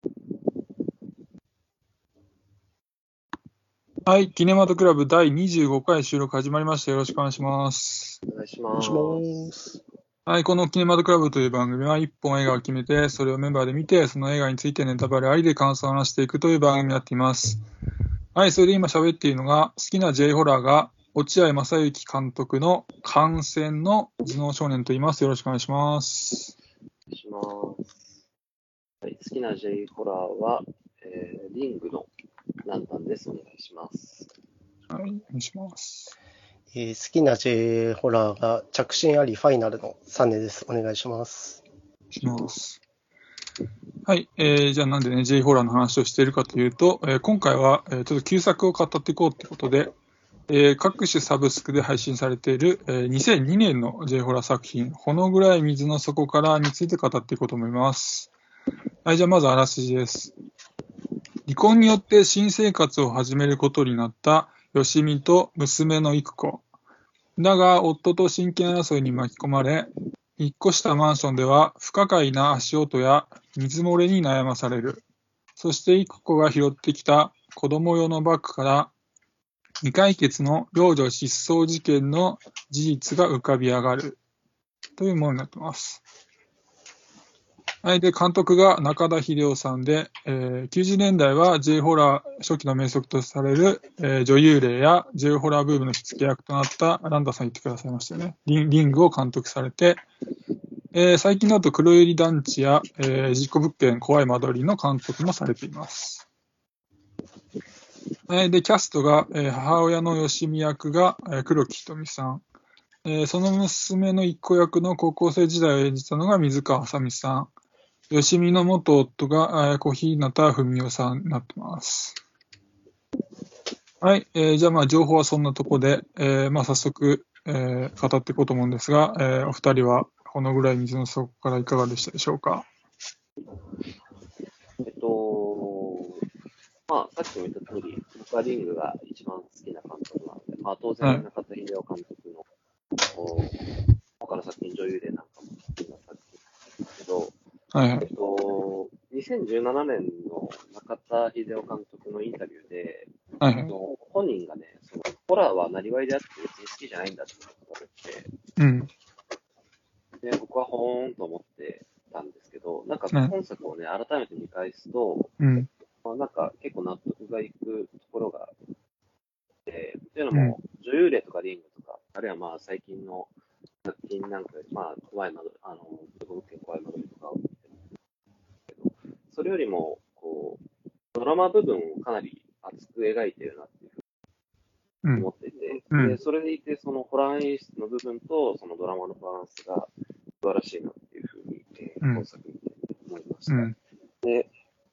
はい、キネマトクラブ第25回収録始まりました。よろしくお願いします。 お願いしお願いします。 ます。 はい、このキネマトクラブという番組は1本映画を決めて、それをメンバーで見て、その映画についてネタバレありで感想を話していくという番組になっています。はい、それで今喋っているのが、好きな J ホラーが、落合正幸監督の感染の頭脳少年と言います。よろしくお願いします。 お願いします。はい、好きな J ホラーは、リングのランタンです。お願いします。 はい、お願いします。 好きな J ホラーが着信ありファイナルのサネです。お願いします。 します。はい、じゃあなんでね J ホラーの話をしているかというと、今回は、ちょっと旧作を語っていこうということで、各種サブスクで配信されている、2002年の J ホラー作品、ほの暗い水の底からについて語っていこうと思います。はい、じゃあまずあらすじです。離婚によって新生活を始めることになった吉見と娘の育子。だが、夫と親権争いに巻き込まれ、引っ越したマンションでは不可解な足音や水漏れに悩まされる。そして育子が拾ってきた子供用のバッグから未解決の幼女失踪事件の事実が浮かび上がるというものになっています。はい、で監督が中田秀夫さんで、90年代は J ホラー初期の名作とされる、女優霊や J ホラーブームの火付け役となったランダさん言ってくださいましたよね。リングを監督されて、最近だと黒百合団地や、事故物件怖い間取りの監督もされています。でキャストが、母親の吉見役が、黒木瞳さん、その娘の一子役の高校生時代を演じたのが水川あさみさん、吉見の元夫が小日向文世さんになってます。はい、じゃあ情報はそんなとこで、早速、語っていこうと思うんですが、お二人はこのぐらい水の底からいかがでしたでしょうか。 さっきも言った通り、僕はリングが一番好きな監督なので、当然中田秀夫監督の、他の作品、女優でなんかも好きな作品ですけど、2017年の中田秀夫監督のインタビューで、本人がね、ホラーはなりわいであって別に好きじゃないんだってことを言って、で、僕はほーんと思ってたんですけど、なんか本作をね、改めて見返すと、なんか結構納得がいくところがあって、っていうのも、女優霊とかリングとか、あるいは最近の作品なんかで、怖い窓、事故物件怖い窓とかを見てるんですけど、それよりも、ドラマ部分をかなり熱く描いてるなっていうふうに思っていて、でそれでいて、そのホラー演出の部分と、そのドラマのバランスが素晴らしいなっていうふうに、本作見て思いました。で、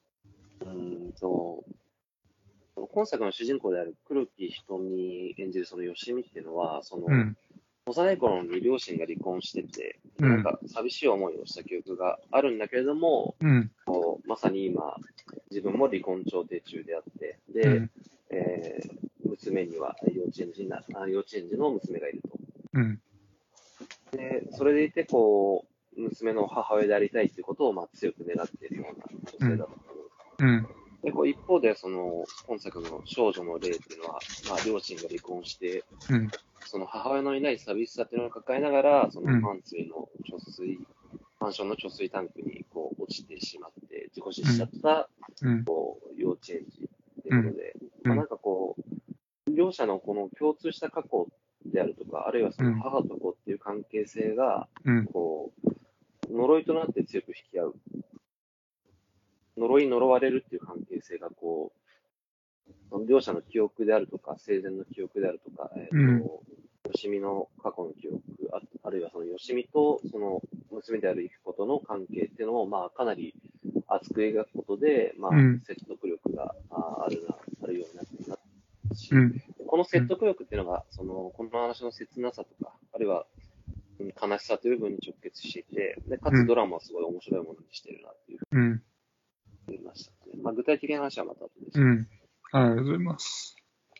本作の主人公である黒木瞳演じるその吉見っていうのは、幼い頃に両親が離婚してて、なんか寂しい思いをした記憶があるんだけれども、まさに今、自分も離婚調停中であって、で、娘には幼稚園児の娘がいると。で、それでいて、娘の母親でありたいということを強く願っているような女性だと思うんです。で一方で、本作の少女の霊っていうのは、両親が離婚して、その母親のいない寂しさっていうのを抱えながら、そのマンションの貯水タンクに落ちてしまって、事故死しちゃった、幼稚園児っていうことで、なんか両者のこの共通した過去であるとか、あるいはその母と子っていう関係性が、呪いとなって強く引き合う。呪われるっていう関係性が、両者の記憶であるとか、生前の記憶であるとか、吉見の過去の記憶、あるいはその吉見とその娘である育子との関係っていうのを、かなり熱く描くことで、説得力があるようになっていますし、この説得力っていうのが、この話の切なさとか、あるいは悲しさという部分に直結していて、でかつドラマはすごい面白いものにしてるなっていうふうに思いましたね。具体的な話はまた後でします。 ありがとうございます。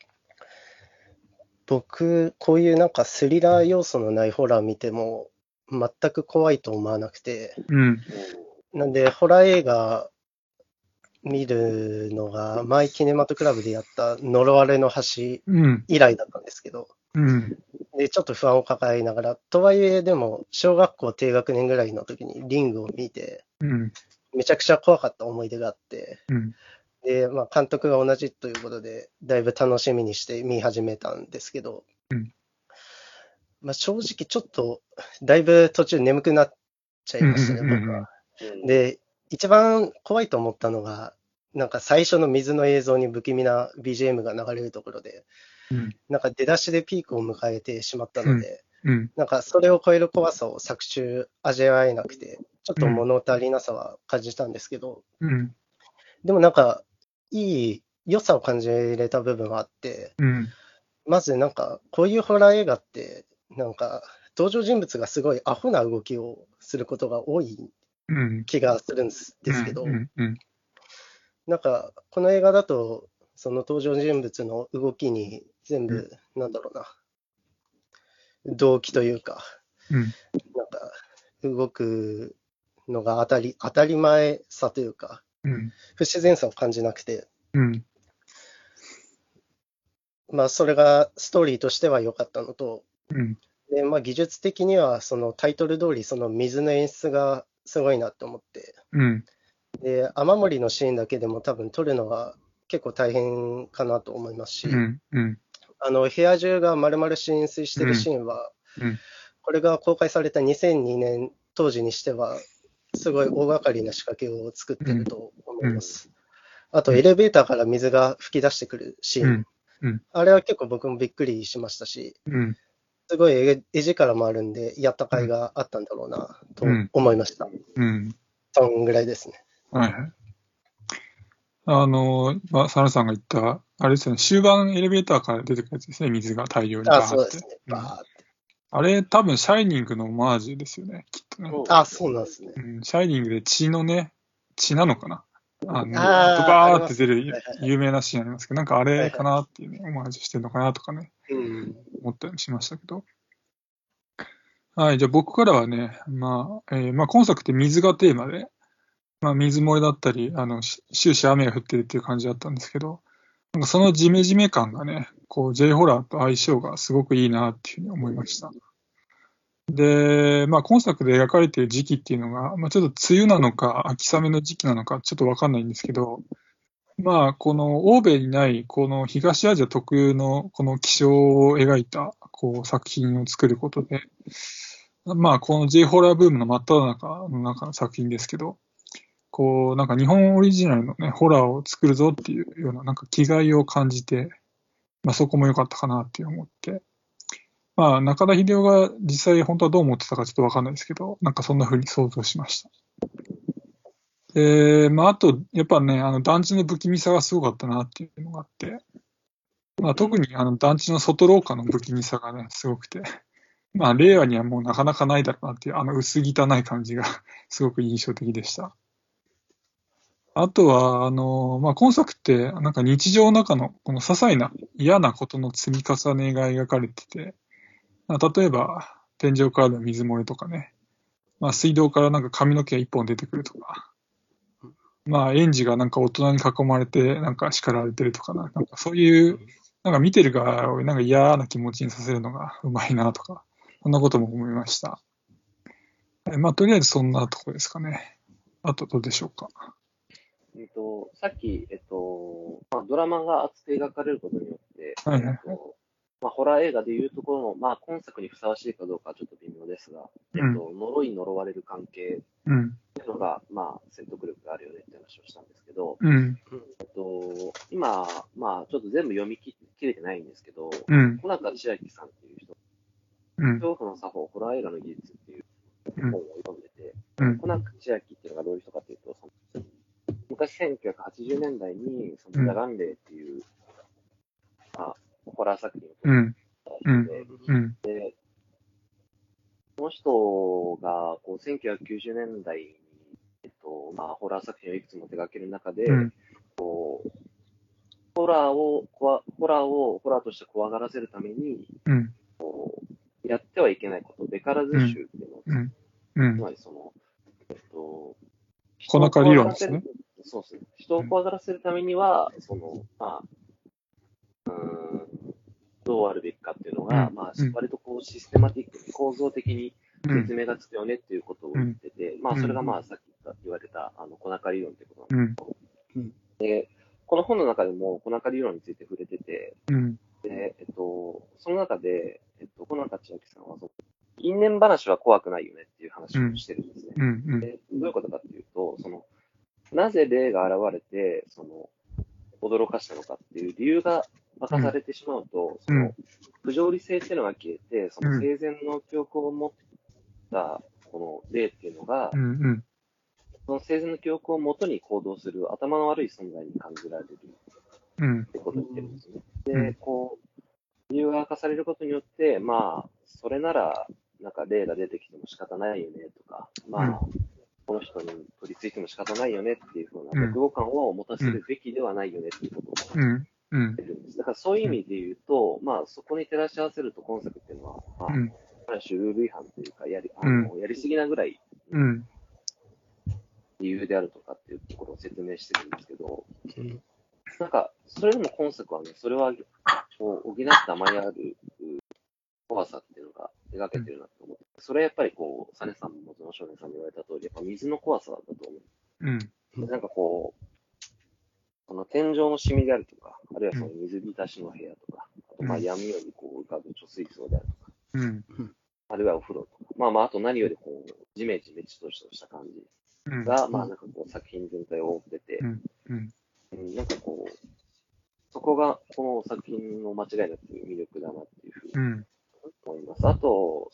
僕、こういうなんかスリラー要素のないホラー見ても、全く怖いと思わなくて、なんで、ホラー映画見るのが、マイキネマトクラブでやった呪われの橋以来だったんですけど、で、ちょっと不安を抱えながら、とはいえでも、小学校低学年ぐらいの時にリングを見て、めちゃくちゃ怖かった思い出があって、で、まあ、監督が同じということで、だいぶ楽しみにして見始めたんですけど、まあ、正直ちょっと、だいぶ途中眠くなっちゃいましたね、僕は。で、一番怖いと思ったのが、なんか最初の水の映像に不気味な BGM が流れるところで、なんか出だしでピークを迎えてしまったので、なんかそれを超える怖さを作中味わえなくて、ちょっと物足りなさは感じたんですけど、でもなんか、いい良さを感じれた部分はあって、まずなんか、こういうホラー映画って、なんか、登場人物がすごいアホな動きをすることが多い気がするんですけど、なんか、この映画だと、その登場人物の動きに全部、なんだろうな、動機というか、なんか、動くのが当たり前さというか、不自然さを感じなくて、まあ、それがストーリーとしては良かったのと、で、まあ、技術的には、そのタイトル通り、その水の演出がすごいなと思って、で、雨漏りのシーンだけでも多分撮るのが結構大変かなと思いますし、部屋中が丸々浸水してるシーンは、これが公開された2002年当時にしては、すごい大掛かりな仕掛けを作ってると思います。あと、エレベーターから水が噴き出してくるシーン。あれは結構僕もびっくりしましたし、すごい絵力もあるんで、やった甲斐があったんだろうなと思いました。そんぐらいですね。 はいはい。サラさんが言った、あれですよね、終盤エレベーターから出てくるやつですね、水が大量にバーって。 そうですね、バーって。 あれ、多分、シャイニングのオマージュですよね、きっとね。 そうなんですね。 シャイニングで血のね、血なのかな。ドバーって出る有名なシーンありますけど、なんかあれかなっていうね、オマージュしてるのかなとかね、思ったりしましたけど。はい、じゃあ僕からはね、まあ、今作って水がテーマで、まあ、水漏れだったり、終始雨が降ってるっていう感じだったんですけど、なんかそのジメジメ感がね、こう、J ホラーと相性がすごくいいなっていうふうに思いました。で、まあ、今作で描かれている時期っていうのが、まあ、ちょっと梅雨なのか、秋雨の時期なのか、ちょっとわかんないんですけど、まあ、この欧米にない、この東アジア特有のこの気象を描いた、こう、作品を作ることで、まあ、この J ホラーブームの真っ只中の作品ですけど、こう、なんか日本オリジナルのね、ホラーを作るぞっていうような、なんか気概を感じて、まあそこも良かったかなって思って、まあ中田秀夫が実際本当はどう思ってたかちょっとわかんないですけど、なんかそんな風に想像しました。まああと、やっぱね、団地の不気味さがすごかったなっていうのがあって、まあ特に団地の外廊下の不気味さがね、すごくて、まあ令和にはもうなかなかないだろうなっていう、薄汚い感じがすごく印象的でした。あとは、まあ、今作って、なんか日常の中のこの些細な嫌なことの積み重ねが描かれてて、まあ、例えば、天井からの水漏れとかね、まあ、水道からなんか髪の毛が一本出てくるとか、まあ、園児がなんか大人に囲まれて、なんか叱られてるとかなんかそういう、なんか見てる側をなんか嫌な気持ちにさせるのがうまいなとか、そんなことも思いました。まあ、とりあえずそんなとこですかね。あとどうでしょうか。 さっき、まあ、ドラマが熱く描かれることによって、まあ、ホラー映画でいうところの、まあ、今作にふさわしいかどうかはちょっと微妙ですが、呪い呪われる関係っていうのが、まあ、説得力があるよねって話をしたんですけど、今、まあ、ちょっと全部読み切れてないんですけど、小中千秋さんっていう人、恐怖の作法、ホラー映画の技術っていう本を読んでて、小中千秋っていうのがどういう人かというと、昔1980年代に、その、ラガンレイっていう、まあ、ホラー作品を撮った人で、その人が、こう、1990年代に、まあ、ホラー作品をいくつも手掛ける中で、こう、ホラーをホラーとして怖がらせるために、こう、やってはいけないこと、ベカラズ州っていうのを、つまりその、 小中理論ですね。 そうですね。人を怖がらせるためには、どうあるべきかっていうのが、割とこうシステマティックに構造的に説明がつくよねっていうことを言ってて、それがさっき言われた、小中理論ってことなんですけど、で、この本の中でも小中理論について触れてて、で、その中で、小中千秋さんは、因縁話は怖くないよねっていう話をしてるんですね。で、どういうことかっていうと、なぜ霊が現れて、驚かしたのかっていう理由が明かされてしまうと、不条理性っていうのが消えて、生前の記憶を持ったこの霊っていうのが、その生前の記憶を元に行動する頭の悪い存在に感じられるってことを言ってるんですね。で、理由が明かされることによって、それなら、なんか霊が出てきても仕方ないよねとか、この人に取り付いても仕方ないよねっていうふうな独語感を持たせるべきではないよねっていうことを言ってるんです。だからそういう意味で言うと、そこに照らし合わせると今作っていうのは、ある種ルール違反というか、やりすぎなぐらい、理由であるとかっていうところを説明してるんですけど、なんか、それでも今作はね、それは補って甘いある怖さっていうのが描けてるなと思って、それはやっぱりサネさんもその少年さんに言われた通り、やっぱ水の怖さだと思う。なんかその天井のシミであるとか、あるいはその水浸しの部屋とか、あと闇夜に浮かぶ貯水槽であるとか、あるいはお風呂とか、あと何よりジメジメとした感じが、なんか作品全体を覆ってて、なんかそこがこの作品の間違いなく魅力だなっていうふうに思います。あと、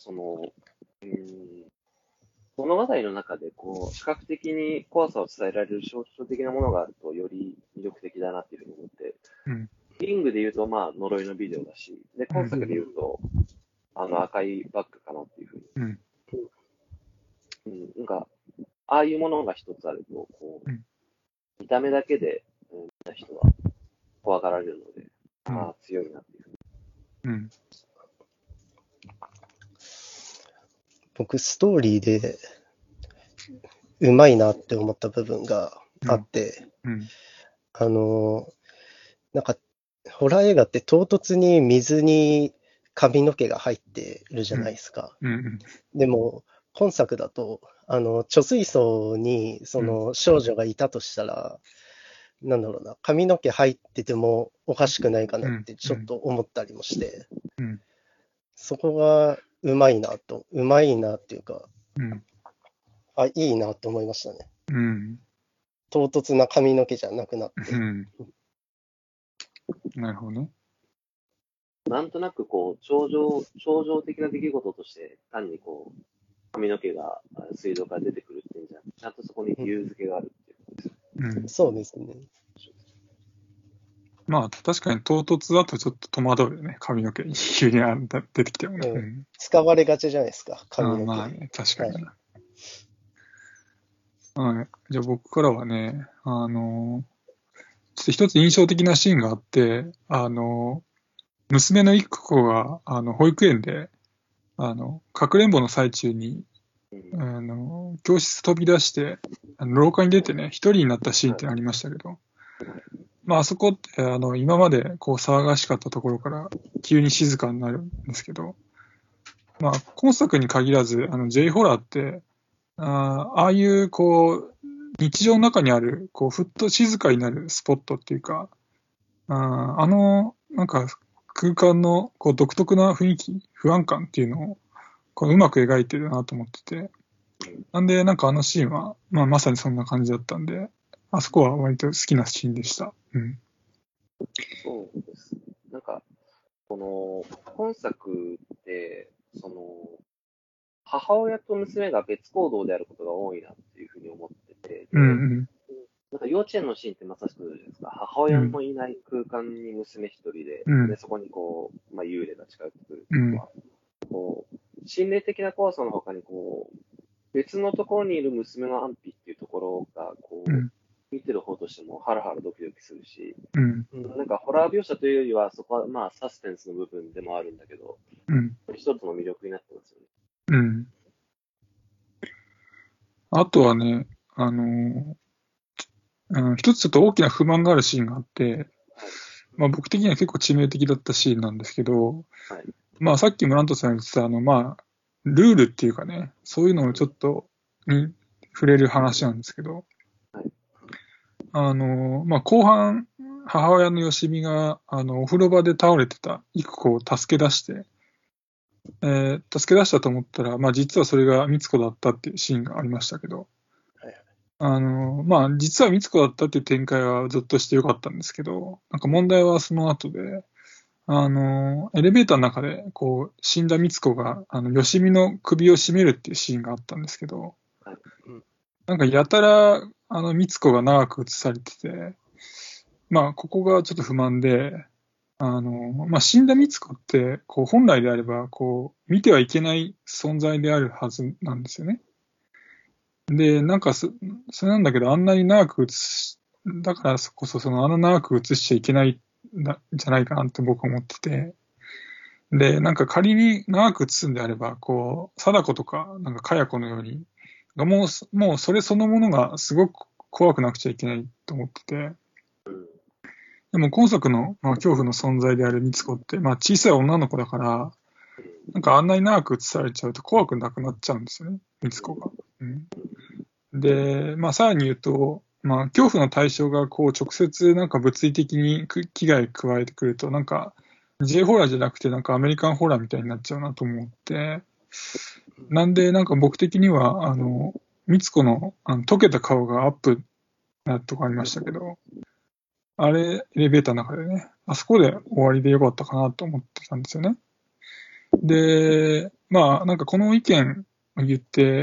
物語の中で視覚的に怖さを伝えられる象徴的なものがあるとより魅力的だなっていうふうに思って、リングで言うと呪いのビデオだし、で、今作で言うと、赤いバッグかなっていうふうに。なんか、ああいうものが一つあると、見た目だけで、見た人は怖がられるので、強いなっていうふうに。 僕、ストーリーでうまいなって思った部分があって、なんか、ホラー映画って唐突に水に髪の毛が入ってるじゃないですか。でも、今作だと、貯水槽にその少女がいたとしたら、なんだろうな、髪の毛入っててもおかしくないかなってちょっと思ったりもして、そこがうまいなっていうか、いいなと思いましたね。唐突な髪の毛じゃなくなって。 なるほどね。 なんとなく超常的な出来事として、単に髪の毛が水道から出てくるっていうんじゃなくて、ちゃんとそこに理由付けがあるっていうことです。 そうですね。 確かに唐突だとちょっと戸惑うよね。髪の毛に急に出てきてもね。 使われがちじゃないですか、髪の毛。 ね、確かに。じゃあ僕からはね、ちょっと一つ印象的なシーンがあって、娘の育子が、保育園で、かくれんぼの最中に、教室飛び出して、廊下に出てね、一人になったシーンってありましたけど、あそこって、今まで騒がしかったところから急に静かになるんですけど、今作に限らず、J ホラーって、ああいう日常の中にあるふっと静かになるスポットっていうか、なんか空間の独特な雰囲気、不安感っていうのをうまく描いてるなと思ってて、なんでなんかシーンは、まさにそんな感じだったんで、あそこは割と好きなシーンでした。 そうですね。なんか、本作って、母親と娘が別行動であることが多いなっていうふうに思ってて、なんか幼稚園のシーンってまさしくじゃないですか、母親のいない空間に娘一人で、でそこに幽霊が近寄ってくるっていうのは、心霊的な怖さの他に別のところにいる娘の安否っていうところが見てる方としてもハラハラドキドキするし、なんかホラー描写というよりはそこはサスペンスの部分でもあるんだけど、一つの魅力になってますよね。 あとはね、 一つちょっと大きな不満があるシーンがあって、まあ僕的には結構致命的だったシーンなんですけど、 はい、 まあさっきムラントさんが言ってたまあ、ルールっていうかね、そういうのをちょっとに触れる話なんですけど、 はい、 まあ後半、母親のよしみが、お風呂場で倒れてた育子を助け出して、助け出したと思ったら、まあ実はそれが美津子だったっていうシーンがありましたけど、まあ実は美津子だったっていう展開はずっとしてよかったんですけど、なんか問題はその後で、エレベーターの中で、こう、死んだ美津子が、よしみの首を絞めるっていうシーンがあったんですけど、なんかやたら、美津子が長く映されてて、まあ、ここがちょっと不満で、まあ、死んだ美津子って、こう、本来であれば、こう、見てはいけない存在であるはずなんですよね。で、なんかそれなんだけど、あんなに長くだからこそ、あんな長く映しちゃいけないんじゃないかなって僕は思ってて、で、なんか仮に長く映すんであれば、こう、貞子とか、なんかかや子のように、もうそれそのものがすごく怖くなくちゃいけないと思ってて、でも今作の、まあ、恐怖の存在である美津子って、まあ小さい女の子だから、なんかあんなに長く映されちゃうと怖くなくなっちゃうんですよね、美津子が。で、まあさらに言うと、まあ恐怖の対象がこう直接なんか物理的に危害加えてくると、なんか J ホラーじゃなくてなんかアメリカンホラーみたいになっちゃうなと思って、なんでなんか僕的には、美津子の溶けた顔がアップなとこありましたけど、あれ、エレベーターの中でね、あそこで終わりでよかったかなと思ってたんですよね。で、まあ、なんかこの意見を言って、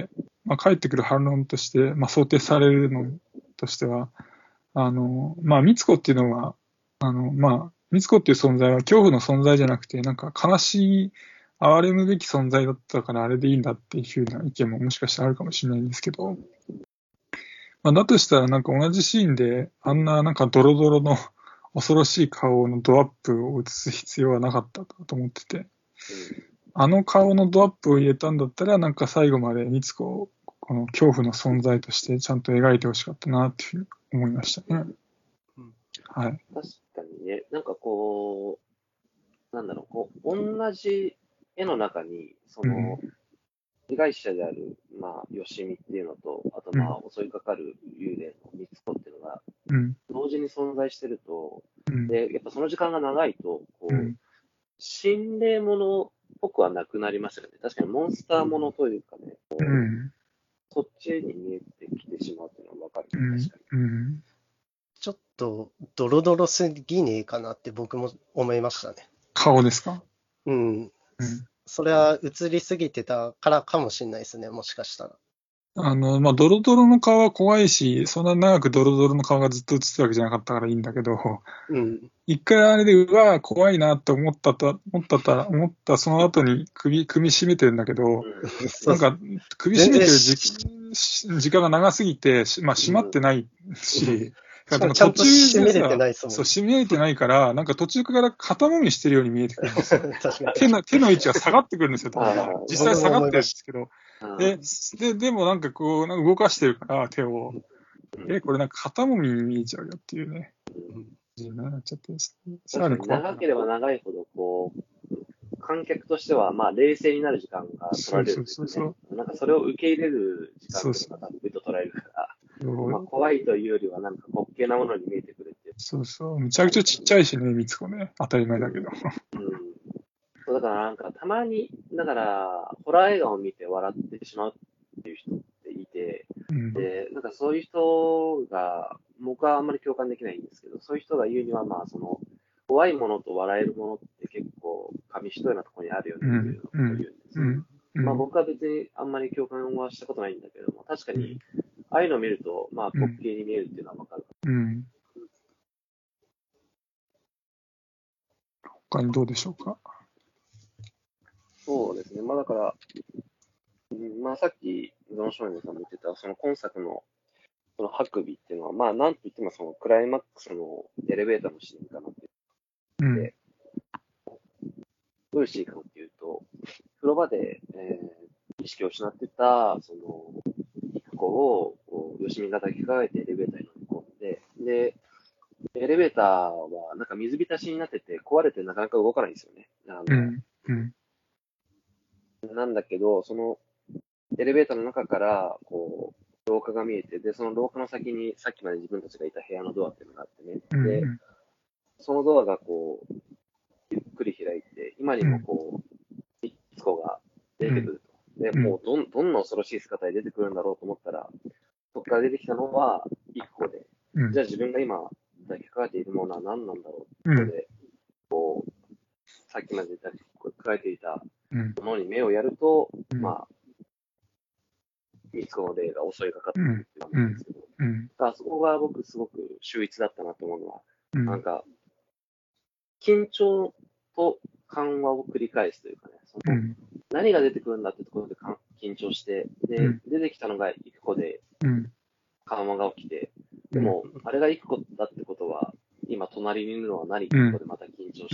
まあ、返ってくる反論として、まあ、想定されるのとしては、まあ、美津子っていうのは、まあ、美津子っていう存在は恐怖の存在じゃなくて、なんか悲しい、哀れむべき存在だったからあれでいいんだっていうふうな意見ももしかしたらあるかもしれないんですけど、まあ、だとしたらなんか同じシーンで、あんななんかドロドロの恐ろしい顔のドアップを映す必要はなかったと思ってて、あの顔のドアップを入れたんだったら、なんか最後まで美津子をこの恐怖の存在としてちゃんと描いてほしかったなっていうふうに思いましたね。はい。 確かにね、なんかこう、なんだろう、こう、同じ絵の中に、その、被害者である、まあ、よしみっていうのと、あと、まあ、襲いかかる幽霊のみつこっていうのが、同時に存在してると、で、やっぱその時間が長いと、こう、心霊ものっぽくはなくなりますよね。確かにモンスターものというかね、こうそっちに見えてきてしまうっていうのはわかる、確かに。 ちょっとドロドロすぎねえかなって僕も思いましたね。 顔ですか？ それは映りすぎてたからかもしれないですね、もしかしたら。 まあ、ドロドロの顔は怖いし、そんな長くドロドロの顔がずっと映ってるわけじゃなかったからいいんだけど、一回あれで、うわ、怖いなって思ったその後に首絞めてるんだけど、なんか首絞めてる時間が長すぎて、まあ閉まってないし、 ちゃんと締めれてないですもん。 そう、締めれてないから、なんか途中から肩もみしてるように見えてくるんですよ。手の位置が下がってくるんですよ、実際下がってるんですけど。でもなんかこう、なんか動かしてるから、手を。これなんか肩もみに見えちゃうよっていうね。なっちゃって長ければ長いほど、こう、観客としては、まあ、冷静になる時間が取られる、なんかそれを受け入れる時間がたっぷりと捉えるから、まあ、怖いというよりは、なんか滑稽なものに見えてくるっていう。 そうそう。めちゃくちゃちっちゃいしね、みつこね。当たり前だけど。 だからなんか、たまに、だから、ホラー映画を見て笑ってしまうっていう人っていて、で、なんかそういう人が、僕はあんまり共感できないんですけど、そういう人が言うには、まあ、その、怖いものと笑えるものって結構、紙一重なところにあるよねっていうのを言うんですよ。まあ僕は別にあんまり共感はしたことないんだけども、確かに、ああいうのを見ると、まあ滑稽に見えるっていうのはわかる。 他にどうでしょうか。 そうですね。まあだから、まあさっき、ゾン・ショウネさんも言ってた、その今作の、そのハクビっていうのは、まあなんと言ってもそのクライマックスのエレベーターのシーンかなって言って、どういうシーンかっていうと、風呂場で、意識を失ってた、その、育子を、よしみが抱きかかえてエレベーターに乗り込んで、 で、エレベーターはなんか水浸しになってて壊れてなかなか動かないんですよね。なんだけど、そのエレベーターの中から、こう、廊下が見えて、で、その廊下の先にさっきまで自分たちがいた部屋のドアっていうのがあってね。で、そのドアがこう、ゆっくり開いて、今にもこう、いつこが出てくると。で、もうどんな恐ろしい姿で出てくるんだろうと思ったら、そこから出てきたのは、一個で、じゃあ自分が今抱きかかえているものは何なんだろうってことで、こう、さっきまで抱きかかえていたものに目をやると、まあ、三つ子の霊が襲いかかってくるっていう感じですけど、あそこが僕すごく秀逸だったなと思うのは、なんか、緊張と緩和を繰り返すというかね、その何が出てくるんだってところで緊張して、で、出てきたのが一個で緩和が起きて、でも、あれが一個だってことは、今隣にいるのは何ってことでまた緊張して、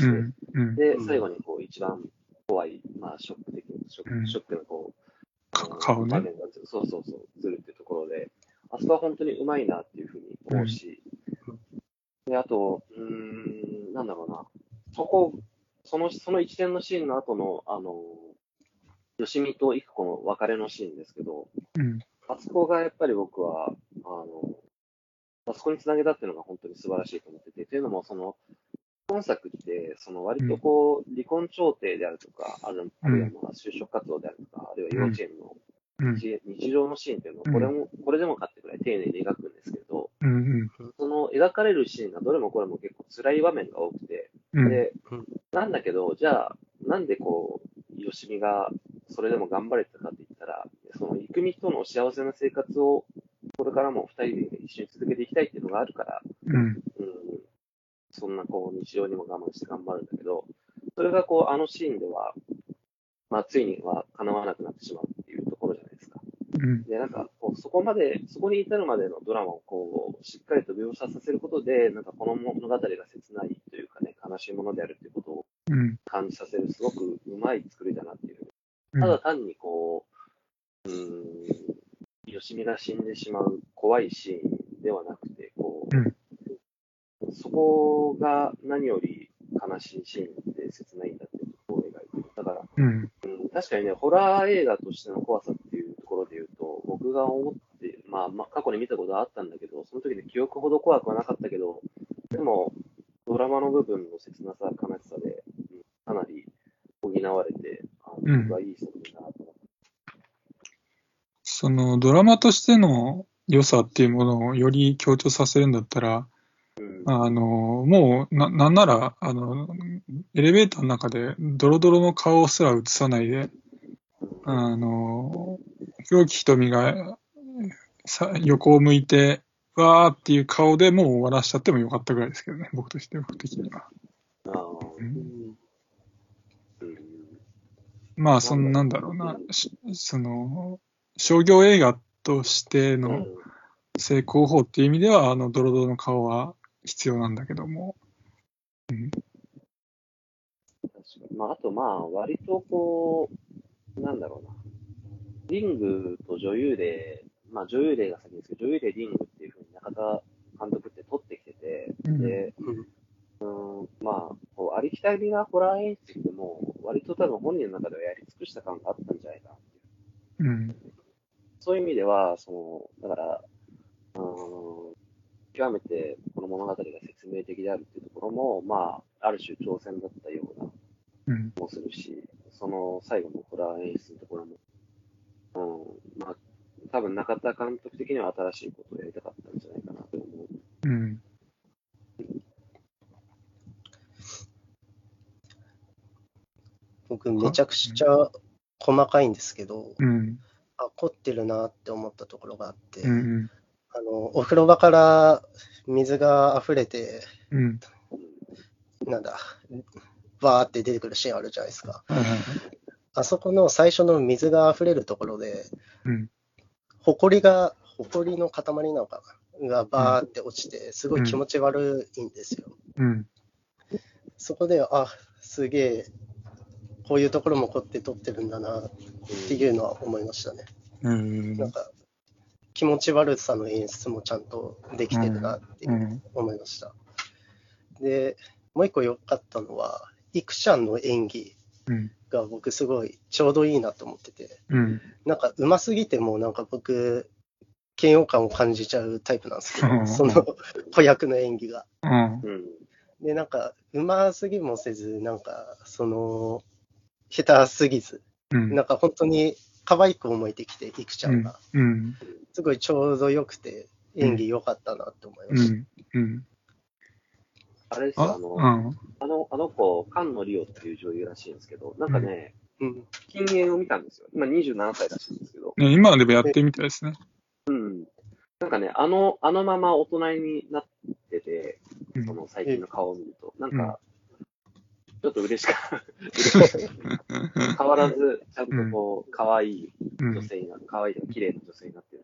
で、最後にこう一番怖い、まあショックのこう、 顔ね。 そう、ずるっていうところで、あそこは本当にうまいなっていうふうに思うし、で、あと、なんだろうな、その一連のシーンの後の、よしみと育子の別れのシーンですけど、あそこがやっぱり僕は、あそこにつなげたっていうのが本当に素晴らしいと思ってて、というのも、本作って、割とこう、離婚調停であるとか、あるいはまあ就職活動であるとか、あるいは幼稚園の日常のシーンっていうのを、これでもかってくらい丁寧に描くんですけど、その描かれるシーンがどれもこれも結構辛い場面が多くて、で、なんだけど、じゃあ、なんでこう、よしみがそれでも頑張れてたかって言ったら、その育美との幸せな生活を、これからも二人で一緒に続けていきたいっていうのがあるから、そんなこう日常にも我慢して頑張るんだけど、それがこうあのシーンでは、まあついには叶わなくなってしまうっていうところじゃないですか。で、なんかこうそこに至るまでのドラマをこうしっかりと描写させることで、なんかこの物語が切ないというかね、悲しいものであるっていうことを感じさせる、すごくうまい作りだなっていう。ただ単にこう、よしみが死んでしまう怖いシーンではなくて、こう、そこが何より悲しいシーンで切ないんだっていうところを描いてる。だから、確かにね、ホラー映画としての怖さっていうところで言うと、僕が思って、まあ、過去に見たことはあったんだけど、その時に記憶ほど怖くはなかったけど、でも、ドラマの部分の切なさ、悲しさで、かなり補われて、僕はいい作品だなと思って。 そのドラマとしての良さっていうものをより強調させるんだったら、もうなんならエレベーターの中でドロドロの顔すら映さないで、黒木瞳が横を向いてわーっていう顔でもう終わらしちゃってもよかったぐらいですけどね、僕的には。まあなんだろうな、商業映画としての成功法っていう意味ではドロドロの顔は必要なんだけども。 まあ、あと割とこう、なんだろうな。リングと女優霊、まあ女優霊が先ですけど、女優霊リングっていうふうに中田監督って撮ってきてて、で、まあ、こうありきたりなホラー演出でも、割と多分本人の中ではやり尽くした感があったんじゃないかなっていう。そういう意味では、だから、極めてこの物語が説明的であるっていうところも、まあ、ある種挑戦だったような気もするし、その最後のホラー演出のところも、まあ、多分中田監督的には新しいことをやりたかったんじゃないかなと思う。 僕、めちゃくちゃ細かいんですけど、凝ってるなって思ったところがあって、お風呂場から水が溢れて、バーって出てくるシーンあるじゃないですか。あそこの最初の水が溢れるところで、埃の塊なのかながバーって落ちて、すごい気持ち悪いんですよ。そこで、すげえ、こういうところも凝って撮ってるんだなっていうのは思いましたね。なんか気持ち悪さの演出もちゃんとできてるなって思いました。で、もう一個良かったのは、イクちゃんの演技が僕すごいちょうどいいなと思ってて、なんか上手すぎてもなんか僕、嫌悪感を感じちゃうタイプなんですけど、その子役の演技が。で、なんか上手すぎもせず、なんかその、下手すぎず、なんか本当に可愛く思えてきて、イクちゃんが。すごいちょうどよくて、演技良かったなって思いました。 あれですよ、あの子、菅野リオっていう女優らしいんですけど、なんかね、禁煙を見たんですよ。今27歳らしいんですけど。 今でもやってみたいですね。 なんかね、あのまま大人になってて、その最近の顔を見ると、なんか、ちょっと嬉しかった。変わらず、ちゃんとこう、可愛い女性になって、可愛い綺麗な女性になってる。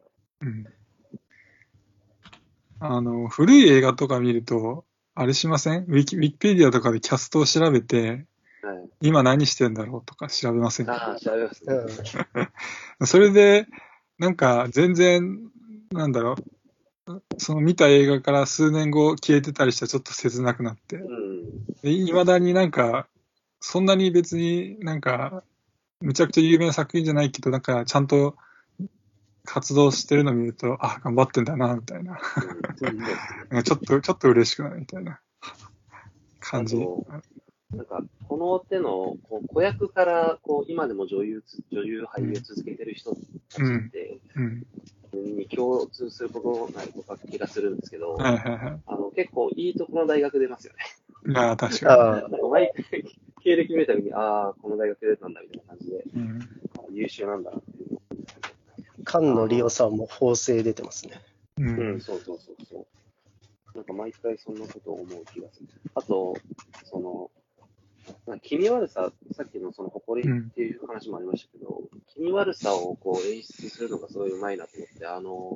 古い映画とか見ると、あれしません？ウィキペディアとかでキャストを調べて、今何してんだろうとか調べませんか？ 調べますね。 それで、なんか全然、なんだろう、その見た映画から数年後消えてたりしたらちょっと切なくなって、未だになんか、そんなに別になんか、むちゃくちゃ有名な作品じゃないけど、なんかちゃんと活動してるのを見ると、あ、頑張ってんだな、みたいな。ちょっと嬉しくなるみたいな感じ。 なんか、この手の子役から今でも女優、俳優続けてる人たちって、に共通することないとか気がするんですけど、結構いいところの大学出ますよね。 ああ、確かに。毎回経歴見るたびに、ああ、この大学出たんだみたいな感じで、優秀なんだなっていう。 菅野リオさんも法政出てますね。 そう。なんか毎回そんなことを思う気がする。あと、気味悪さ、さっきのその誇りっていう話もありましたけど、気味悪さを演出するのがすごいうまいなと思って、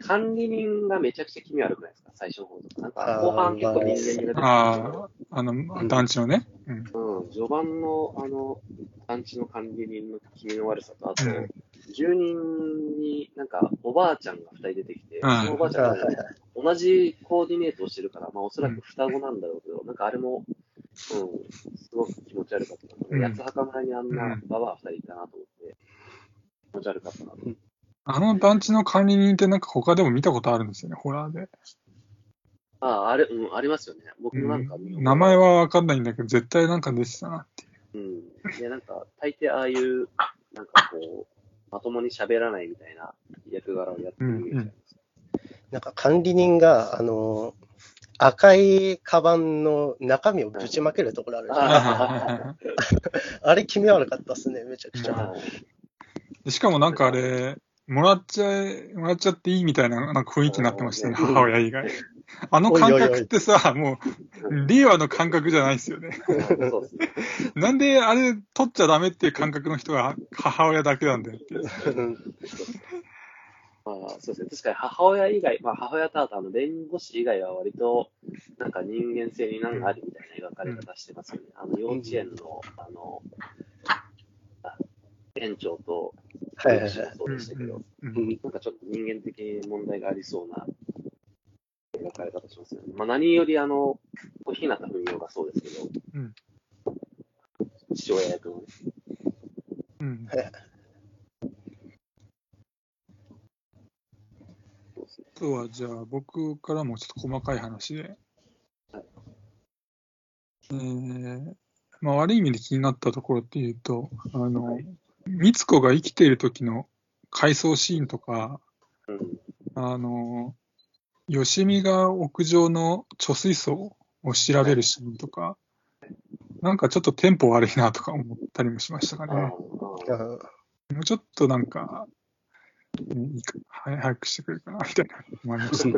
管理人がめちゃくちゃ気味悪くないですか、最初の方とか。なんか後半結構人間味が出てくるけど。 団地のね。 序盤の団地の管理人の気味の悪さと、あと、住人になんかおばあちゃんが2人出てきて、そのおばあちゃんが同じコーディネートをしてるから、まあおそらく双子なんだろうけど、なんかあれも、すごく気持ち悪かった。八つ墓村にあんなババア2人いたなと思って、気持ち悪かったなと。 あの団地の管理人ってなんか他でも見たことあるんですよね、ホラーで。 ありますよね。僕もなんか、 名前はわかんないんだけど、絶対なんか出てたなっていう。で、なんか、大抵ああいう、なんかまともに喋らないみたいな役柄をやってるじゃないですか。 なんか管理人が、赤いカバンの中身をぶちまけるところあるじゃないですか。あれ気味悪かったっすね、めちゃくちゃ。 しかもなんかあれ、もらっちゃっていいみたいな、なんか雰囲気になってましたね、母親以外。あの感覚ってさ、もう、令和の感覚じゃないですよね。なんであれ取っちゃダメっていう感覚の人が母親だけなんだよっていう。 そうですね。確かに母親以外、母親とあと弁護士以外は割と、なんか人間性に難があるみたいな描かれ方してますよね。幼稚園の、園長と、保育士もそうでしたけど、なんかちょっと人間的に問題がありそうな描かれ方しますよね。何より日向文世がそうですけど、父親役のね。 あとは、じゃあ、僕からもちょっと細かい話で。悪い意味で気になったところっていうと、美津子が生きている時の回想シーンとか、吉見が屋上の貯水槽を調べるシーンとか、なんかちょっとテンポ悪いなとか思ったりもしましたかね。もうちょっとなんか、早くしてくれるかな、みたいな思いました。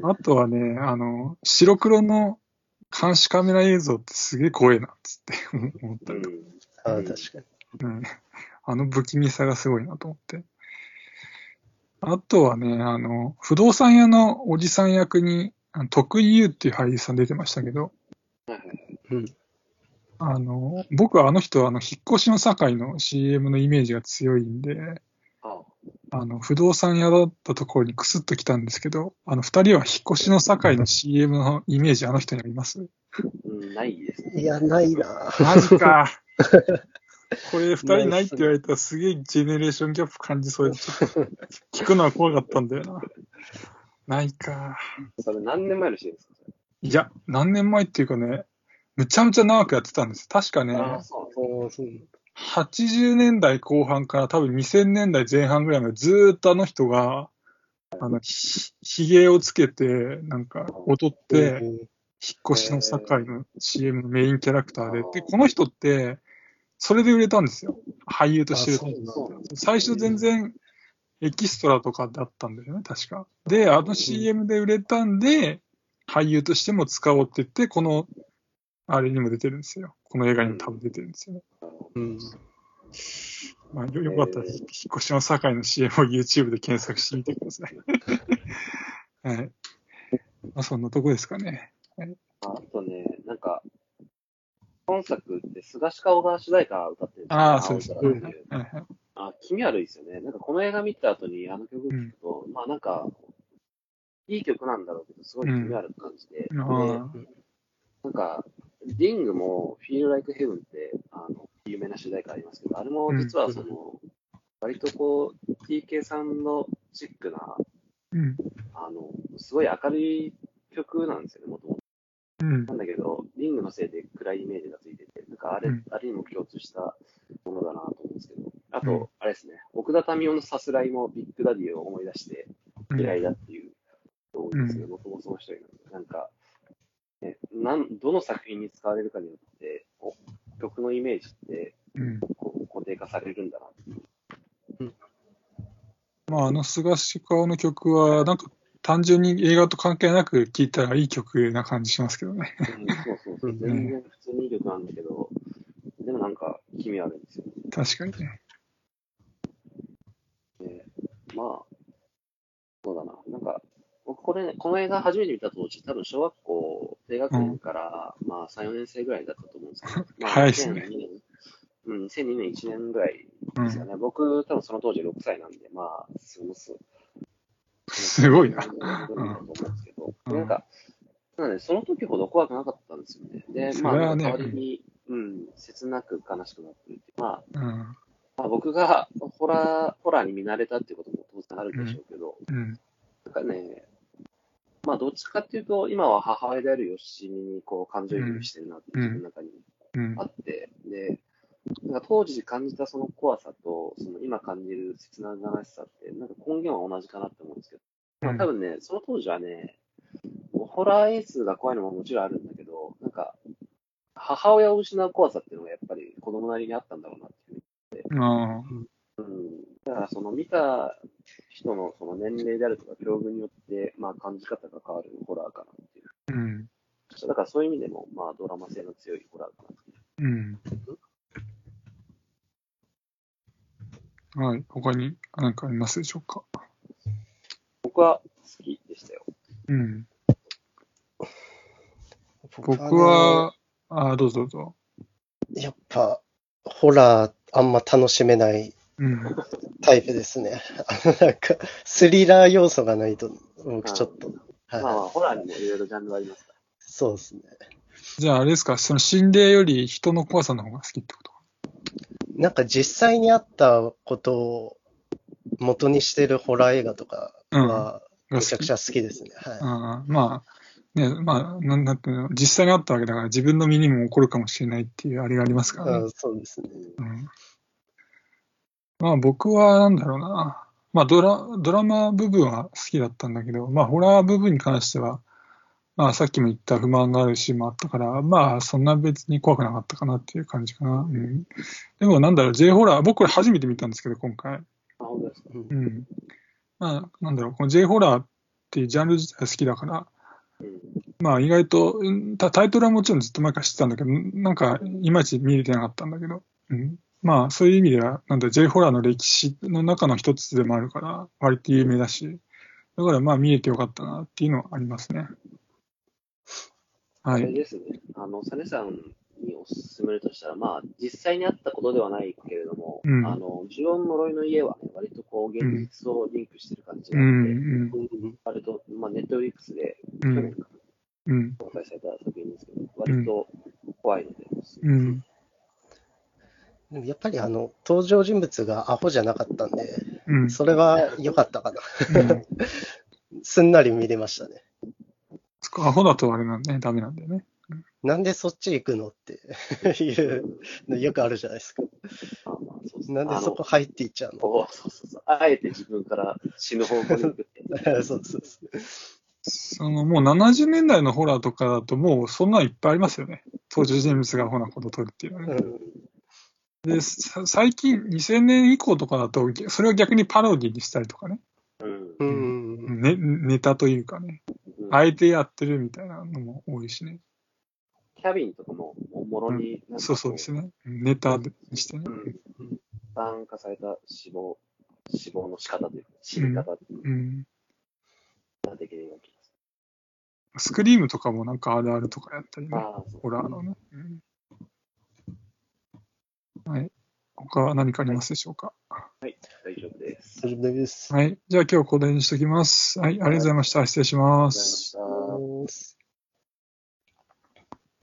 あとはね、白黒の監視カメラ映像ってすげえ怖いな、つって思ったりとか。 確かに。 不気味さがすごいなと思って。あとはね、不動産屋のおじさん役に、徳井優っていう俳優さん出てましたけど、僕はあの人は引っ越しの境の CM のイメージが強いんで、 不動産屋だったところにクスッと来たんですけど、二人は引っ越しの境の CM のイメージ、あの人にあります？ ないですね。 いや、ないな。 マジか。これ二人ないって言われたらすげえジェネレーションギャップ感じそうで、ちょっと聞くのは怖かったんだよな。ないか。 それ何年前の CM ですか？ いや、何年前っていうかね、むちゃむちゃ長くやってたんです。確かね、80年代後半から多分2000年代前半ぐらいまでずーっとあの人が、ひげをつけて、なんか踊って、引っ越しの境の CM のメインキャラクターで、で、この人って、それで売れたんですよ。俳優としてる。最初全然エキストラとかだったんだよね、確か。で、CM で売れたんで、俳優としても使おうって言って、この、あれにも出てるんですよ。この映画にも多分出てるんですよね。まあ、よかったら、引っ越しの境の CM を YouTube で検索してみてください。はい。まあ、そんなとこですかね。はい、 あとね、なんか、本作って菅氏顔が主題歌歌ってるんですよ。 ああ、そうですね。 気味悪いですよね。なんかこの映画見た後にあの曲聴くと、まあなんか、いい曲なんだろうけど、すごい気味悪く感じて。で、なんか、リングも Feel Like Heaven って、有名な主題歌ありますけど、あれも実は割とこう、TK さんのチックな、すごい明るい曲なんですよね、もともと。なんだけど、リングのせいで暗いイメージがついてて、なんかあれにも共通したものだなと思うんですけど、あと、あれですね、奥田民生のさすらいもビッグダディを思い出して嫌いだっていう人多いんですけど、もともとその人なんで、なんか、ね、どの作品に使われるかによって、曲のイメージって、固定化されるんだなっていう。 まあ、菅氏顔の曲は、なんか、単純に映画と関係なく聴いたらいい曲な感じしますけどね。 そう。全然普通にいい曲なんだけど、でもなんか気味悪いんですよ。 確かにね。 まあ、そうだな。なんか、僕この映画初めて見た当時、多分小学校低学年から、まあ3、4年生ぐらいだったと思うんですけど、まあ、 早いですね。 2002年1年ぐらいですよね。僕、多分その当時6歳なんで、まあ、 すごいな。 だと思うんですけど、なんか、その時ほど怖くなかったんですよね。で、まあ、代わりに、切なく悲しくなってるって。まあ、僕がホラーに見慣れたっていうことも当然あるんでしょうけど、なんかね、まあ、どっちかっていうと、今は母親であるよしみに、こう、感情移入してるなって自分の中にあって、で、なんか当時感じたその怖さと、その今感じる切な悲しさって、なんか根源は同じかなって思うんですけど、まあ多分ね、その当時はね、ホラー演出が怖いのももちろんあるんだけど、なんか、母親を失う怖さっていうのがやっぱり子供なりにあったんだろうなっていうだからその見た人のその年齢であるとか境遇によって、まあ感じ方が変わるホラーかなっていう。だからそういう意味でも、まあドラマ性の強いホラーかなっていう。 はい。他に何かありますでしょうか？ 僕は好きでしたよ。 僕は、どうぞどうぞ。 やっぱ、ホラーあんま楽しめないタイプですね。なんか、スリラー要素がないと、僕ちょっと。 まあ、ホラーにもいろいろジャンルありますから。 そうですね。 じゃああれですか、その心霊より人の怖さの方が好きってこと？ なんか実際にあったことを元にしてるホラー映画とかはめちゃくちゃ好きですね。 まあ、ね、まあ、なんていうの、実際にあったわけだから自分の身にも起こるかもしれないっていうあれがありますからね。 そうですね。 まあ僕はなんだろうな。まあドラマ部分は好きだったんだけど、まあホラー部分に関しては、まあさっきも言った不満があるシーンもあったから、まあそんな別に怖くなかったかなっていう感じかな。でもなんだろう、J ホラー、僕これ初めて見たんですけど、今回。まあなんだろう、この J ホラーっていうジャンル自体好きだから、まあ意外と、タイトルはもちろんずっと前から知ってたんだけど、なんかいまいち見れてなかったんだけど、まあそういう意味では、なんだ、J ホラーの歴史の中の一つでもあるから、割と有名だし、だからまあ見れてよかったなっていうのはありますね。 はい。あれですね、サネさんにお勧めるとしたら、まあ、実際にあったことではないけれども、 うん、 呪怨呪いの家はね、割とこう、現実をリンクしてる感じがあって、割と、まあ、ネットフリックスで、去年か公開された作品ですけど、割と怖いので、 でもやっぱり登場人物がアホじゃなかったんで、それは良かったかな。すんなり見れましたね。 アホだとあれなんね、ダメなんだよね。 なんでそっち行くのっていうのよくあるじゃないですか。なんでそこ入っていっちゃうの？ そう。あえて自分から死ぬ方向に行くって。 そう。もう70年代のホラーとかだともうそんなのいっぱいありますよね。登場人物がアホなことを撮るっていうのはね。で、最近2000年以降とかだと、それを逆にパロディにしたりとかね。ネタというかね。あえてやってるみたいなのも多いしね。 キャビンとかも、もろに、 そうですね。ネタにしてね。 参加された死亡の仕方というか、死に方っていうのできるわけです。 スクリームとかもなんかあるあるとかやったりね。ホラーのね。はい。他は何かありますでしょうか？ はい、大丈夫です。 大丈夫です。 はい。じゃあ今日はこれにしときます。はい、ありがとうございました。失礼します。 ありがとうございました。